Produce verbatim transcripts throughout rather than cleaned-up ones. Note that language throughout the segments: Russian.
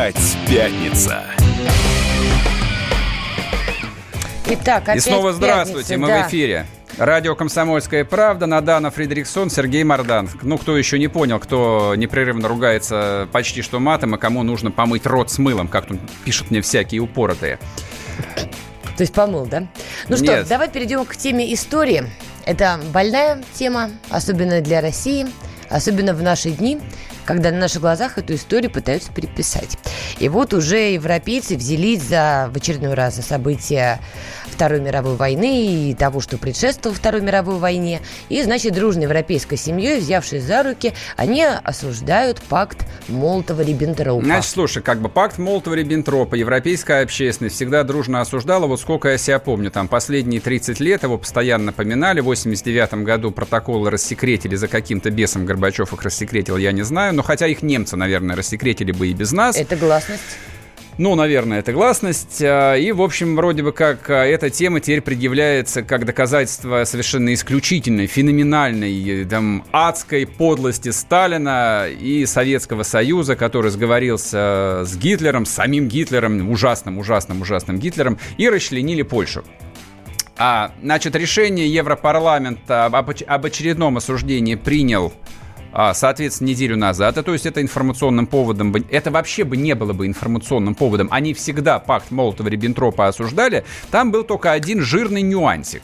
Опять пятница. Итак, опять И снова здравствуйте, пятница, мы да. в эфире. Радио «Комсомольская правда», Надана Фридрихсон, Сергей Мардан. Ну, кто еще не понял, кто непрерывно ругается почти что матом, и кому нужно помыть рот с мылом, как тут пишут мне всякие упоротые. То есть помыл, да? Ну что, Нет. давай перейдем к теме истории. Это больная тема, особенно для России, особенно в наши дни, когда на наших глазах эту историю пытаются переписать. И вот уже европейцы взялись за, в очередной раз за события Второй мировой войны и того, что предшествовало Второй мировой войне. И, значит, дружной европейской семьей, взявшись за руки, они осуждают пакт Молотова-Риббентропа. Значит, слушай, как бы пакт Молотова-Риббентропа европейская общественность всегда дружно осуждала. Вот сколько я себя помню, там последние тридцать лет его постоянно поминали. В восемьдесят девятом году протоколы рассекретили, за каким-то бесом Горбачев их рассекретил, я не знаю. Но хотя их немцы, наверное, рассекретили бы и без нас. Это гласность. Ну, наверное, это гласность. И, в общем, вроде бы как эта тема теперь предъявляется как доказательство совершенно исключительной, феноменальной, там, адской подлости Сталина и Советского Союза, который сговорился с Гитлером, с самим Гитлером, ужасным, ужасным, ужасным Гитлером, и расчленили Польшу. А, значит, решение Европарламента об, об очередном осуждении принял, соответственно, неделю назад. А то есть это информационным поводом, это вообще бы не было бы информационным поводом. Они всегда пакт Молотова-Риббентропа осуждали. Там был только один жирный нюансик.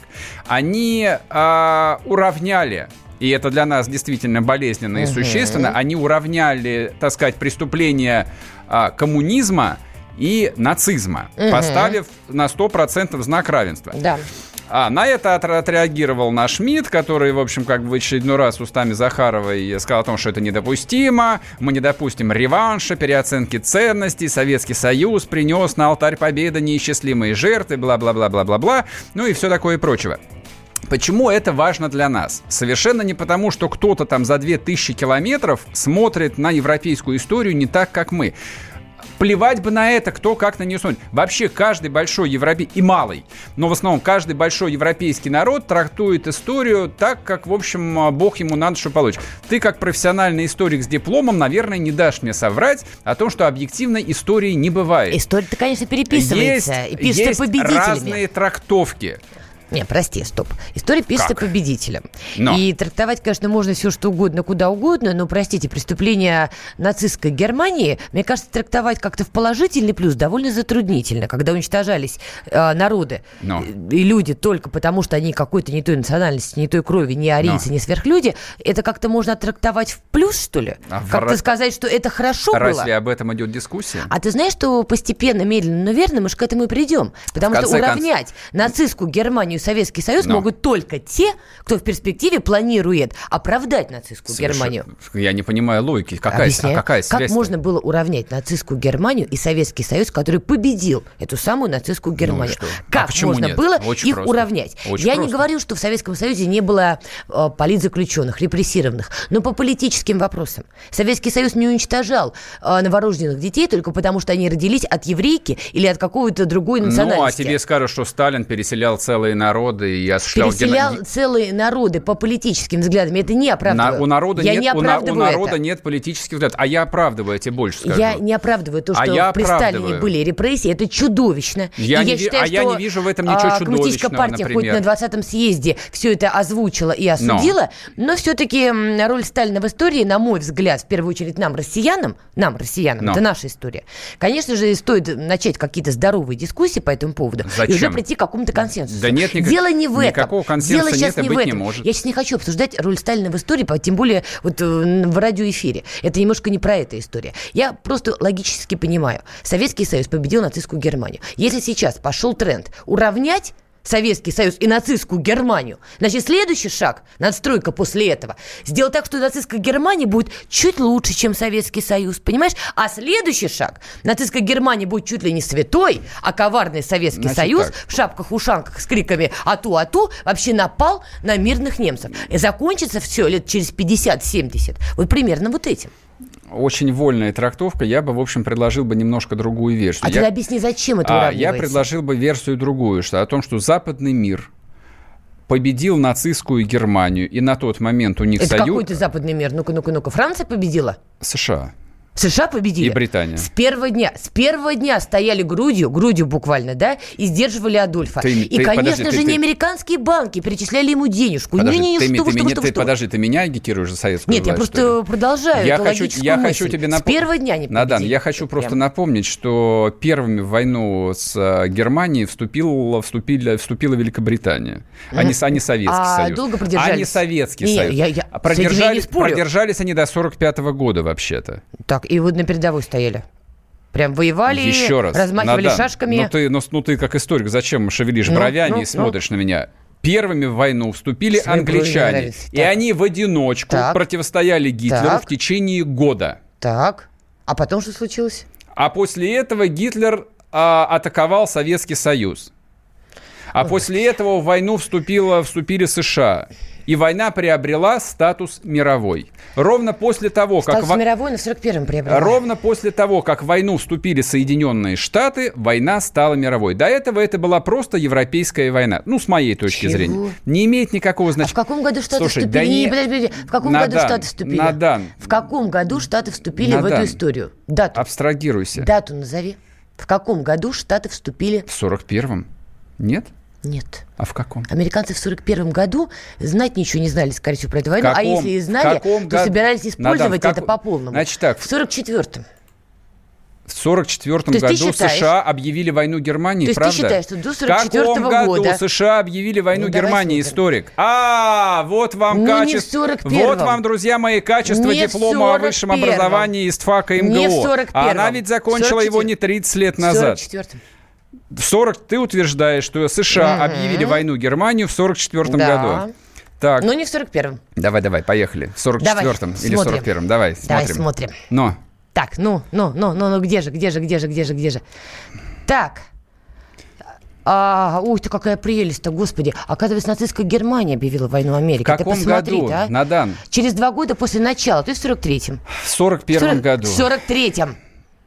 Они а, уравняли, и это для нас действительно болезненно и существенно, они уравняли, так сказать, преступления а, коммунизма и нацизма, угу. поставив на сто процентов знак равенства. Да. А на это отреагировал наш МИД, который, в общем, как бы в очередной раз устами Захаровой сказал о том, что это недопустимо, мы не допустим реванша, переоценки ценностей, Советский Союз принес на алтарь победы неисчислимые жертвы, бла-бла-бла-бла-бла-бла, ну и все такое и прочего. Почему это важно для нас? Совершенно не потому, что кто-то там за две тысячи километров смотрит на европейскую историю не так, как мы. Плевать бы на это, кто как на нее смотрит. Вообще каждый большой европейский, и малый, но в основном каждый большой европейский народ трактует историю так, как, в общем, Бог ему на душу получит. Ты, как профессиональный историк с дипломом, наверное, не дашь мне соврать о том, что объективной истории не бывает. История-то, конечно, переписывается. Есть, и пишется есть победителями. разные трактовки. Не, прости, стоп. История пишется Как? победителем. Но. И трактовать, конечно, можно все, что угодно, куда угодно, но, простите, преступления нацистской Германии, мне кажется, трактовать как-то в положительный плюс довольно затруднительно, когда уничтожались э, народы Но. и люди только потому, что они какой-то не той национальности, не той крови, не арийцы, Но. не сверхлюди, это как-то можно трактовать в плюс, что ли? А как-то ра- сказать, что это хорошо Разве было? об этом идет дискуссия? А ты знаешь, что постепенно, медленно, но верно мы же к этому и придем. Потому В что конце уравнять концов... нацистскую Германию и Советский Союз Но. могут только те, кто в перспективе планирует оправдать нацистскую Совершенно. Германию. Я не понимаю логики. Какая, а Объясняю. какая Как связь? можно было уравнять нацистскую Германию и Советский Союз, который победил эту самую нацистскую Германию? что? А Как почему можно нет? было Очень их просто. уравнять? Очень Я просто. не говорю, что в Советском Союзе не было э, политзаключенных, репрессированных, но по политическим вопросам. Советский Союз не уничтожал э, новорожденных детей только потому, что они родились от еврейки или от какой-то другой национальности. Ну, а тебе скажут, что Сталин переселял целые народы и осуществлял... Переселял гено- целые народы по политическим взглядам. Я это не оправдываю. На- у народа, я нет, не у, на- у оправдываю народа это. нет политических взглядов. А я оправдываю, я тебе больше скажу. Я не оправдываю то, что А я при оправдываю. Сталине были репрессии. Это чудовищно. Я И не я ви- считаю, а я что, не вижу в этом ничего а, Коммунистическая чудовищного, партия например. хоть на двадцатом съезде все это озвучила и осудила, но, но все-таки роль Сталина в истории, на мой взгляд, в первую очередь нам, россиянам, нам, россиянам, Но. это наша история. Конечно же, стоит начать какие-то здоровые дискуссии по этому поводу. Зачем? И уже прийти к какому-то консенсусу. Да нет никак- Дело не в этом. никакого консенсуса Дело сейчас нет и не быть в не этом. может. Я сейчас не хочу обсуждать роль Сталина в истории, тем более вот э, в радиоэфире. Это немножко не про эту историю. Я просто логически понимаю. Советский Союз победил нацистскую Германию. Если сейчас пошел тренд уравнять Советский Союз и нацистскую Германию, значит, следующий шаг, надстройка после этого, сделать так, что нацистская Германия будет чуть лучше, чем Советский Союз, понимаешь? А следующий шаг, нацистская Германия будет чуть ли не святой, а коварный Советский Значит, Союз так. в шапках-ушанках с криками «Ату-ату» вообще напал на мирных немцев. И закончится все лет через пятьдесят-семьдесят. Вот примерно вот этим. Очень вольная трактовка. Я бы, в общем, предложил бы немножко другую версию. А я... ты объясни, зачем это а, уравнивается? Я предложил бы версию другую, что о том, что западный мир победил нацистскую Германию, и на тот момент у них Это союз... какой-то западный мир? Ну-ка, ну-ка, ну-ка. Франция победила? США. США победили. И Британия. С первого дня. С первого дня стояли грудью, грудью буквально, да, и сдерживали Адольфа. Ты, и, ты, конечно подожди, же, ты, не ты... американские банки перечисляли ему денежку. Подожди, не, не, ты, что, ты, что, меня, что, ты что. подожди, ты меня агитируешь за советскую Нет, власть? Нет, я просто продолжаю я эту хочу, логическую я мысль. хочу тебе напом... С первого дня не победили. Надан, я хочу просто Прям. напомнить, что первыми в войну с Германией вступила, вступила, вступила Великобритания, mm-hmm. а, не, а не Советский а Союз. долго продержались? А не Советский не, Союз. Я, я, продержались, продержались они до сорок пятого года вообще-то. Так, и вот на передовой стояли. Прям воевали, Еще раз, размахивали Надан, шашками. Ну ты, ну, ну ты как историк, зачем шевелишь ну, бровями ну, и смотришь ну. на меня? Первыми в войну вступили Свои англичане. И так. они в одиночку так. противостояли Гитлеру так. в течение года. Так. А потом что случилось? А после этого Гитлер а, атаковал Советский Союз. А Ой. после этого в войну вступила, вступили США. И война приобрела статус мировой. Ровно после того, статус как... Статус мировой на сорок первом приобрела. Ровно после того, как в войну вступили Соединенные Штаты, война стала мировой. До этого это была просто европейская война. Ну, с моей точки Чего? зрения. Не имеет никакого значения. А в каком году Штаты Слушай, вступили? Да не, не... подожди, подожди. В каком Надан, году Штаты вступили? Надан. В каком году Штаты вступили Надан. в эту историю? Дату. Абстрагируйся. Дату назови. В каком году Штаты вступили? В сорок первом. Нет? Нет. А в каком? Американцы в сорок первом году знать ничего не знали, скорее всего, про эту войну. Каком? А если и знали, то год... собирались использовать Надан, это как... по полному. Значит так. В сорок четвертом. В сорок четвертом году США объявили войну Германии, то есть правда? ты считаешь, что до сорок четвёртого года... В каком году США объявили войну ну, Германии, историк? А, вот вам ну, качество... Вот вам, друзья мои, качество не диплома о высшем образовании из ТФАКа МГУ. Не в сорок первом. А она ведь закончила его не тридцать лет назад. В сорок четвёртом. В сорок ты утверждаешь, что США угу. объявили войну Германию в сорок четвертом да. году. Так. Но не в сорок первом. Давай, давай, поехали. В сорок четвертом давай, или в сорок первом. Давай, давай смотрим. смотрим. Но. Так, ну, ну, ну, ну, ну, где же, где же, где же, где же, где же? Так. А, уй, ты какая прелесть-то, господи. Оказывается, нацистская Германия объявила войну Америке. В каком ты посмотри, году, а? Надан? Через два года после начала, то есть в сорок третьем. В сорок первом году. В сорок третьем.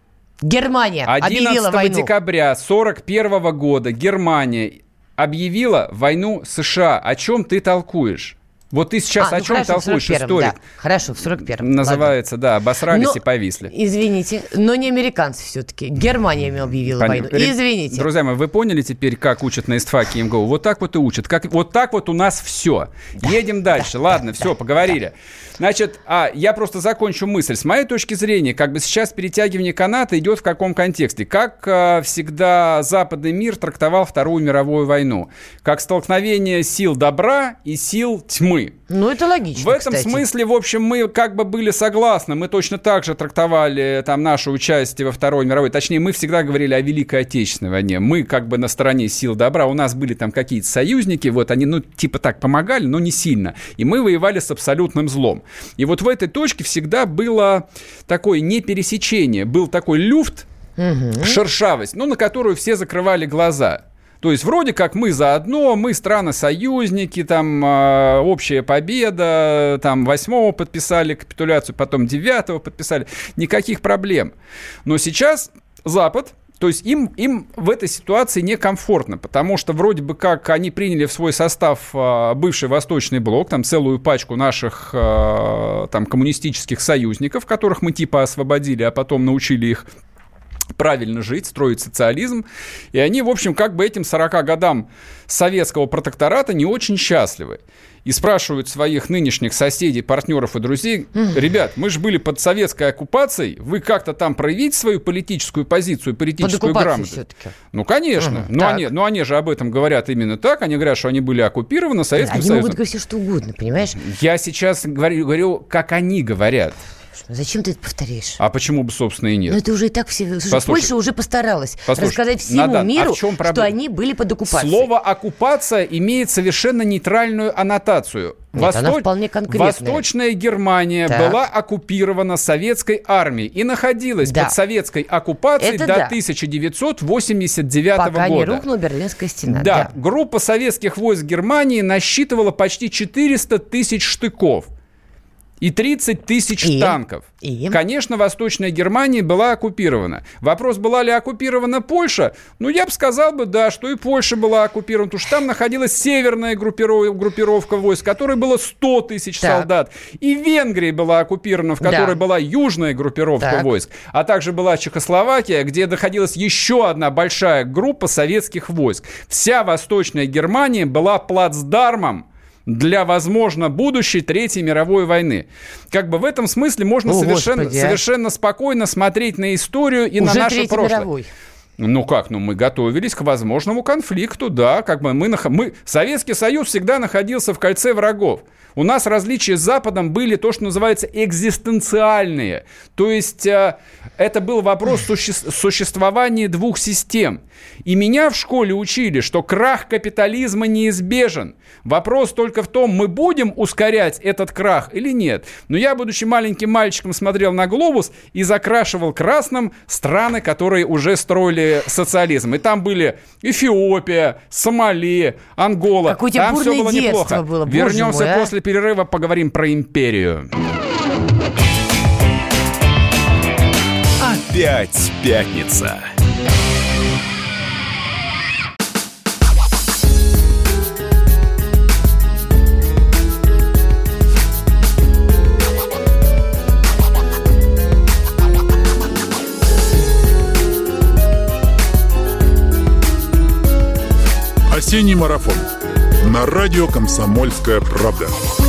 Германия объявила войну. одиннадцатого декабря сорок первого года Германия объявила войну США. О чем ты толкуешь? Вот ты сейчас а, о ну чем хорошо, толкуешь, историк? Да. Хорошо, в сорок первом. Называется, ладно. Да, обосрались но, и повисли. Извините, но не американцы все-таки. Германия объявила Пон... войну. Извините. Друзья мои, вы поняли теперь, как учат на ИСТФАКе МГУ? Вот так вот и учат. Как... Вот так вот у нас все. Да. Едем дальше. Да. Ладно, да. все, поговорили. Да. Значит, а, я просто закончу мысль. С моей точки зрения, как бы сейчас перетягивание каната идет в каком контексте? Как а, всегда западный мир трактовал Вторую мировую войну? Как столкновение сил добра и сил тьмы. Ну, это логично, В этом кстати. смысле, в общем, мы как бы были согласны. Мы точно так же трактовали там наше участие во Второй мировой. Точнее, мы всегда говорили о Великой Отечественной войне. Мы как бы на стороне сил добра. У нас были там какие-то союзники. Вот они, ну, типа так помогали, но не сильно. И мы воевали с абсолютным злом. И вот в этой точке всегда было такое непересечение. Был такой люфт, угу. шершавость, ну, на которую все закрывали глаза. То есть вроде как мы заодно, мы страны-союзники, там э, общая победа, там восьмого подписали капитуляцию, потом девятого подписали, никаких проблем. Но сейчас Запад, то есть им, им в этой ситуации некомфортно, потому что вроде бы как они приняли в свой состав э, бывший Восточный блок, там целую пачку наших э, там коммунистических союзников, которых мы типа освободили, а потом научили их правильно жить, строить социализм. И они, в общем, как бы этим сорока годам советского протектората не очень счастливы. И спрашивают своих нынешних соседей, партнеров и друзей: ребят, мы же были под советской оккупацией, вы как-то там проявите свою политическую позицию, политическую грамоту? Все-таки. Ну, конечно. Угу, но, они, но они же об этом говорят именно так. Они говорят, что они были оккупированы Советским они Союзом. Они могут говорить все, что угодно, понимаешь? Я сейчас говорю, говорю, как они говорят. Зачем ты это повторяешь? А почему бы, собственно, и нет? Ну, это уже и так все... Послушай, Польша уже постаралась послушай, рассказать всему Надан, миру, а что они были под оккупацией. Слово «оккупация» имеет совершенно нейтральную аннотацию. Нет, Восто... она вполне конкретная. Восточная Германия так. была оккупирована советской армией и находилась да. под советской оккупацией это до да. тысяча девятьсот восемьдесят девятого Пока года. Пока не рухнула Берлинская стена. Да. да, группа советских войск Германии насчитывала почти четыреста тысяч штыков. и тридцать тысяч и? танков. И? Конечно, Восточная Германия была оккупирована. Вопрос, была ли оккупирована Польша? Ну, я бы сказал бы, да, что и Польша была оккупирована, потому что там находилась северная группиров... группировка войск, в которой было сто тысяч так. солдат. И Венгрия была оккупирована, в которой да. была южная группировка так. войск. А также была Чехословакия, где находилась еще одна большая группа советских войск. Вся Восточная Германия была плацдармом для, возможно, будущей Третьей мировой войны. Как бы в этом смысле можно О, совершенно, Господи, а? совершенно спокойно смотреть на историю и Уже на наше Третий прошлое. Мировой. Ну как, ну мы готовились к возможному конфликту, да, как бы мы, мы... Советский Союз всегда находился в кольце врагов. У нас различия с Западом были то, что называется экзистенциальные. То есть э, это был вопрос суще... существования двух систем. И меня в школе учили, что крах капитализма неизбежен. Вопрос только в том, мы будем ускорять этот крах или нет. Но я, будучи маленьким мальчиком, смотрел на глобус и закрашивал красным страны, которые уже строили социализм. И там были Эфиопия, Сомали, Ангола. Какое у тебя там бурное все было неплохо. Было, Вернемся мой, а? после перерыва, поговорим про империю. Опять пятница. Осенний марафон на радио «Комсомольская правда».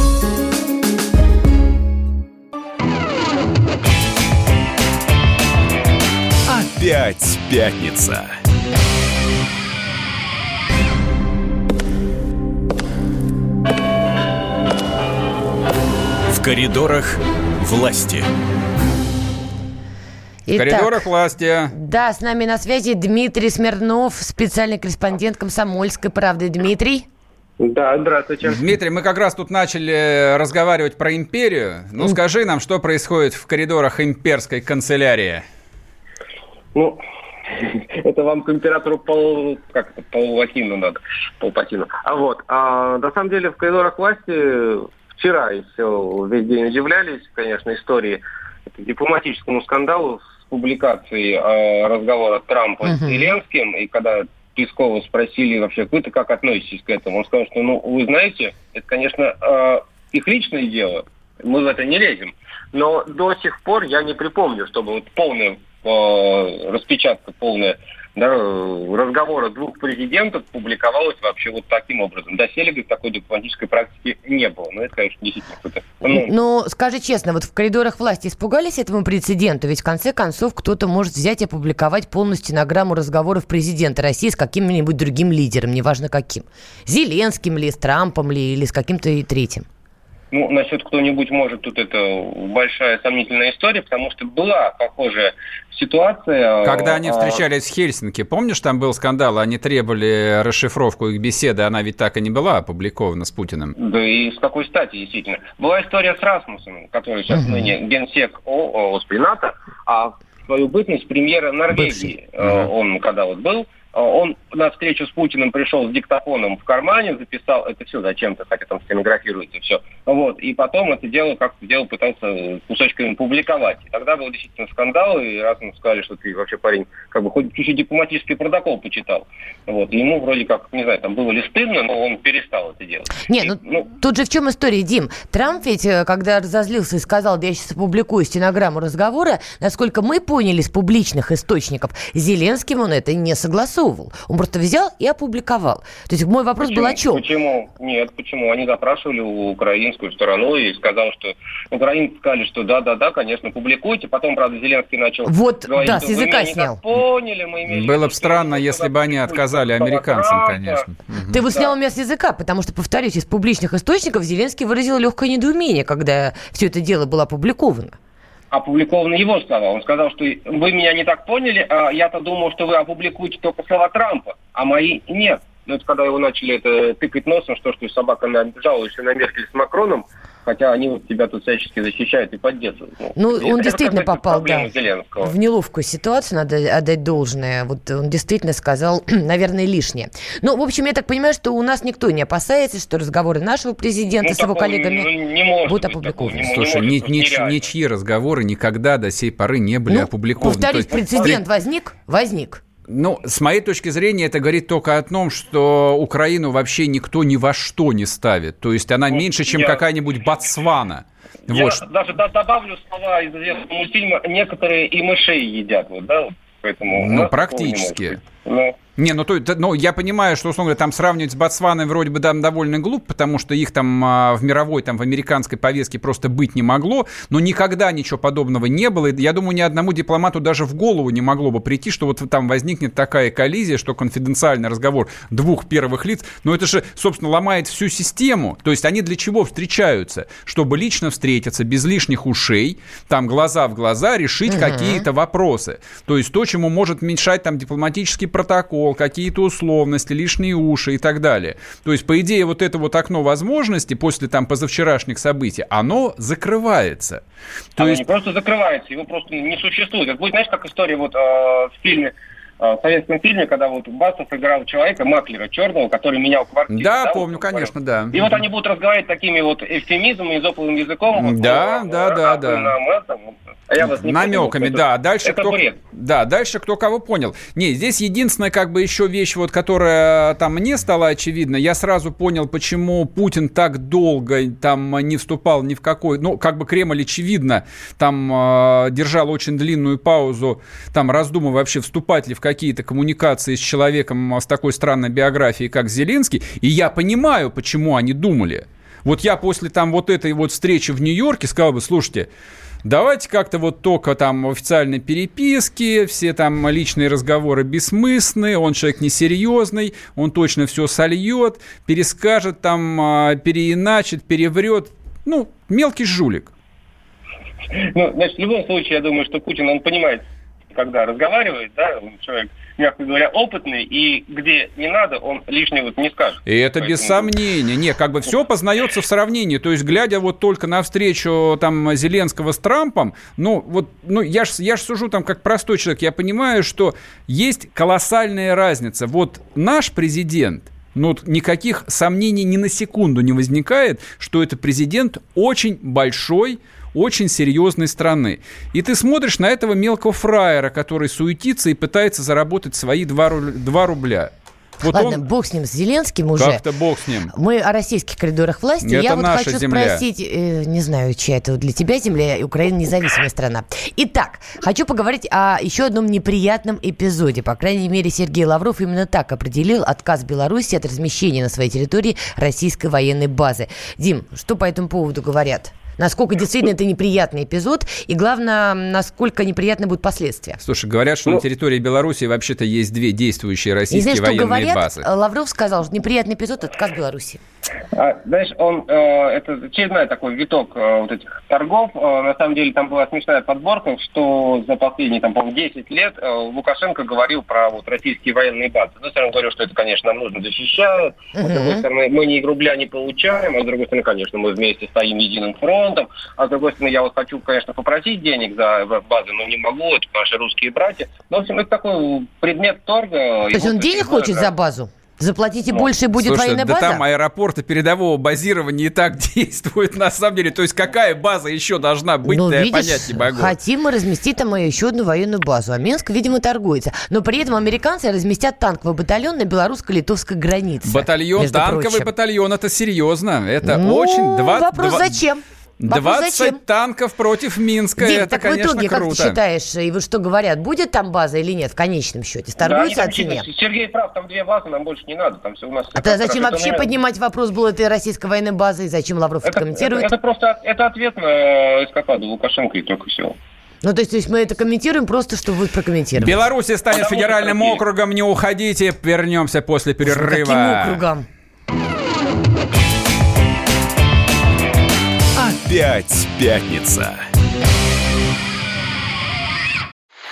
Опять пятница. В коридорах власти. В коридорах власти. Да, с нами на связи Дмитрий Смирнов, специальный корреспондент «Комсомольской правды». Дмитрий? Да, здравствуйте. Дмитрий, мы как раз тут начали разговаривать про империю. Ну, mm. скажи нам, что происходит в коридорах имперской канцелярии? Ну, это вам к императору Пал... как это, Палпатину надо, Палпатину. А вот, а, на самом деле в коридорах власти вчера еще весь день удивлялись, конечно, истории дипломатическому скандалу с публикацией э, разговора Трампа uh-huh. с Зеленским, и когда Пескова спросили вообще, вы-то как относитесь к этому, он сказал, что, ну, вы знаете, это, конечно, э, их личное дело, мы в это не лезем, но до сих пор я не припомню, чтобы вот полная э, распечатка, полная да, разговора двух президентов публиковалась вообще вот таким образом. Доселе, говорит, такой дипломатической практики не было. Ну, это, конечно, действительно кто-то... Ну, ну, скажи честно, вот в коридорах власти испугались этому прецеденту? Ведь в конце концов кто-то может взять и опубликовать полную стенограмму разговоров президента России с каким-нибудь другим лидером, неважно каким. Зеленским ли, с Трампом ли, или с каким-то и третьим. Ну, насчет кто-нибудь может, тут это большая сомнительная история, потому что была похожая ситуация. Когда они встречались в Хельсинки, помнишь, там был скандал, они требовали расшифровку их беседы, она ведь так и не была опубликована с Путиным. Да и с какой стати, действительно. Была история с Расмуссеном, который сейчас uh-huh. ныне генсек О, О, НАТО, а в свою бытность премьера Норвегии, uh-huh. он когда вот был, он на встречу с Путиным пришел с диктофоном в кармане, записал это все зачем-то, хотя там стенографируется все. Вот. И потом это дело как-то дело пытался кусочками публиковать. И тогда был действительно скандал, и раз ему сказали, что ты вообще, парень, как бы хоть чуть-чуть дипломатический протокол почитал. Вот. И ему вроде как, не знаю, там было ли стыдно, но он перестал это делать. Не, ну, и, ну тут же в чем история, Дим? Трамп ведь, когда разозлился и сказал, да я сейчас опубликую стенограмму разговора, насколько мы поняли с публичных источников, Зеленским он это не согласовал. Он просто взял и опубликовал. То есть мой вопрос почему? был о чем? Почему? Нет, почему? Они запрашивали у украинскую сторону и сказал, что украинцы сказали, что да-да-да, конечно, публикуйте. Потом, правда, Зеленский начал вот, говорить, да, с языка снял. Поняли, мы имели... Было бы странно, если бы они отказали американцам, конечно. Ты его снял у меня с языка, потому что, повторюсь, из публичных источников Зеленский выразил легкое недоумение, когда все это дело было опубликовано. Опубликованы его слова. Он сказал, что вы меня не так поняли, а я-то думал, что вы опубликуете только слова Трампа, а мои нет. Ну, это когда его начали это тыкать носом, что, что собака набежала еще на Меркель с Макроном, хотя они вот тебя тут всячески защищают и поддерживают. Ну, ну это, он это действительно попал, да, Зеленского. в неловкую ситуацию, надо отдать должное. Вот он действительно сказал, наверное, лишнее. Ну, в общем, я так понимаю, что у нас никто не опасается, что разговоры нашего президента ну, с его коллегами не, не может будут опубликованы. Такого, Слушай, не ни, ни, ничьи разговоры никогда до сей поры не были ну, опубликованы. Повторюсь, То есть, прецедент при... возник? Возник. Ну, с моей точки зрения, это говорит только о том, что Украину вообще никто ни во что не ставит. То есть она ну, меньше, чем я... какая-нибудь Ботсвана. Я вот. даже добавлю слова из известного мультфильма «Некоторые и мышей едят». Вот, да? Поэтому ну, практически. Но... Не, ну, то, ну, я понимаю, что, условно говоря, там сравнивать с Ботсваной вроде бы да, довольно глупо, потому что их там а, в мировой, там, в американской повестке просто быть не могло, но никогда ничего подобного не было, и я думаю, ни одному дипломату даже в голову не могло бы прийти, что вот там возникнет такая коллизия, что конфиденциальный разговор двух первых лиц, но это же, собственно, ломает всю систему, то есть они для чего встречаются? Чтобы лично встретиться, без лишних ушей, там, глаза в глаза, решить угу. какие-то вопросы, то есть то, чему может мешать там дипломатический протокол, какие-то условности, лишние уши и так далее. То есть, по идее, вот это вот окно возможностей после там позавчерашних событий, оно закрывается. То оно есть... не просто закрывается, его просто не существует. Это будет, знаешь, как история вот э, в фильме, э, в советском фильме, когда вот Басов играл человека, маклера черного, который менял квартиру. Да, да помню, вот, конечно, да. И вот они будут разговаривать такими вот эвфемизмами, изоповым языком. Вот, да, вот, да, да, да. Нам это, а я вас не намеками, понял, да. Дальше это кто, бред. да, дальше кто кого понял. Не, здесь единственная как бы еще вещь, вот, которая там мне стала очевидна. Я сразу понял, почему Путин так долго там не вступал ни в какой... Ну, как бы Кремль, очевидно, там э, держал очень длинную паузу, там раздумывая вообще, вступать ли в какие-то коммуникации с человеком с такой странной биографией, как Зеленский. И я понимаю, почему они думали. Вот я после там вот этой вот встречи в Нью-Йорке сказал бы, слушайте, давайте как-то вот только там в официальной переписке, все там личные разговоры бессмысленные, он человек несерьезный, он точно все сольет, перескажет там, переиначит, переврет. Ну, мелкий жулик. Ну, значит, в любом случае, я думаю, что Путин, он понимает, когда разговаривает, да, он человек, мягко говоря, опытный, и где не надо, он лишнего не скажет. И это Поэтому... без сомнения. Не, как бы все познается в сравнении. То есть, глядя вот только на встречу там Зеленского с Трампом, ну, вот, ну, я ж, я ж сужу там как простой человек, я понимаю, что есть колоссальная разница. Вот наш президент, ну, никаких сомнений ни на секунду не возникает, что это президент очень большой, очень серьезной страны. И ты смотришь на этого мелкого фраера, который суетится и пытается заработать свои два рубля. Вот Ладно, он... бог с ним, с Зеленским уже. Как-то бог с ним. Мы о российских коридорах власти. Это Я вот наша хочу земля. спросить, э, не знаю, чья это для тебя земля, Украина независимая страна. Итак, хочу поговорить о еще одном неприятном эпизоде. По крайней мере, Сергей Лавров именно так определил отказ Беларуси от размещения на своей территории российской военной базы. Дим, что по этому поводу говорят? Насколько действительно это неприятный эпизод, и главное, насколько неприятны будут последствия. Слушай, говорят, что ну, на территории Беларуси вообще-то есть две действующие российские знаешь, военные говорят, базы. Лавров сказал, что неприятный эпизод – отказ Беларуси. А, знаешь, он, э, это очередной такой виток э, вот этих торгов. Э, на самом деле там была смешная подборка, что за последние, там, по-моему, десять лет э, Лукашенко говорил про вот российские военные базы. Ну, все равно говорил, что это, конечно, нам нужно защищать. Uh-huh. С другой стороны, мы ни рубля не получаем, а с другой стороны, конечно, мы вместе стоим единым фронтом. А с другой стороны, я вот хочу, конечно, попросить денег за базы, но не могу, это наши русские братья. Но, в общем, это такой предмет торга. То есть он денег хочет за базу? Заплатите ну, больше, и будет слушай, военная да база? Там аэропорты передового базирования и так действуют на самом деле. То есть какая база еще должна быть, ну, я видишь, понять не могу. Хотим мы разместить там еще одну военную базу. А Минск, видимо, торгуется. Но при этом американцы разместят танковый батальон на белорусско-литовской границе. Батальон, танковый прочим. батальон, это серьезно. Это ну, очень... два, вопрос два... зачем? двадцать зачем? Танков против Минска, Дим, это, так конечно, в итоге, круто. как ты считаешь, и вот что говорят, будет там база или нет в конечном счете? Торгуются да, о цене? Сергей прав, там две базы, нам больше не надо. Там все у нас а тогда зачем вообще поднимать вопрос, был этой российской военной базы, и зачем Лавров это, это комментирует? Это, это просто это ответ на эскападу Лукашенко и только всего. Ну, то есть, то есть мы это комментируем просто, чтобы вы прокомментировали. Беларусь станет Потому федеральным округом, не уходите, вернемся после перерыва. Каким округом? Опять пятница.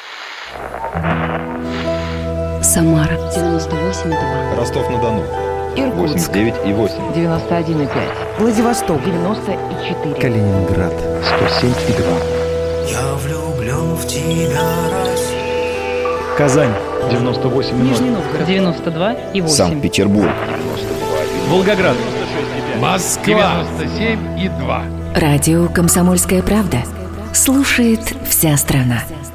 Самара девяносто восемь и два. Ростов-на-Дону Иркутск. восемьдесят девять и восемь. девяносто один и пять. Владивосток. девяносто и четыре. Калининград. сто семь и два. Я влюблен в тебя, Россия. Казань. девяносто восемь и ноль. Нижний Новгород. девяносто два и восемь. Санкт-Петербург. Волгоград. Москва. девяносто семь и два. Радио «Комсомольская правда». Слушает вся страна.